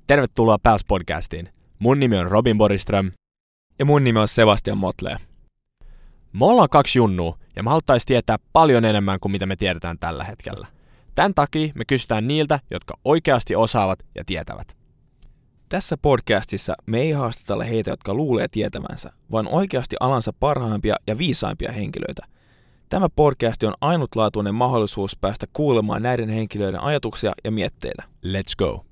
Tervetuloa Pals-podcastiin. Mun nimi on Robin Boriström. Ja mun nimi on Sebastian Motley. Me ollaan 2 junnua ja me haluttais tietää paljon enemmän kuin mitä me tiedetään tällä hetkellä. Tän takia me kysytään niiltä, jotka oikeasti osaavat ja tietävät. Tässä podcastissa me ei haastatella heitä, jotka luulee tietävänsä, vaan oikeasti alansa parhaimpia ja viisaimpia henkilöitä. Tämä podcast on ainutlaatuinen mahdollisuus päästä kuulemaan näiden henkilöiden ajatuksia ja mietteitä. Let's go!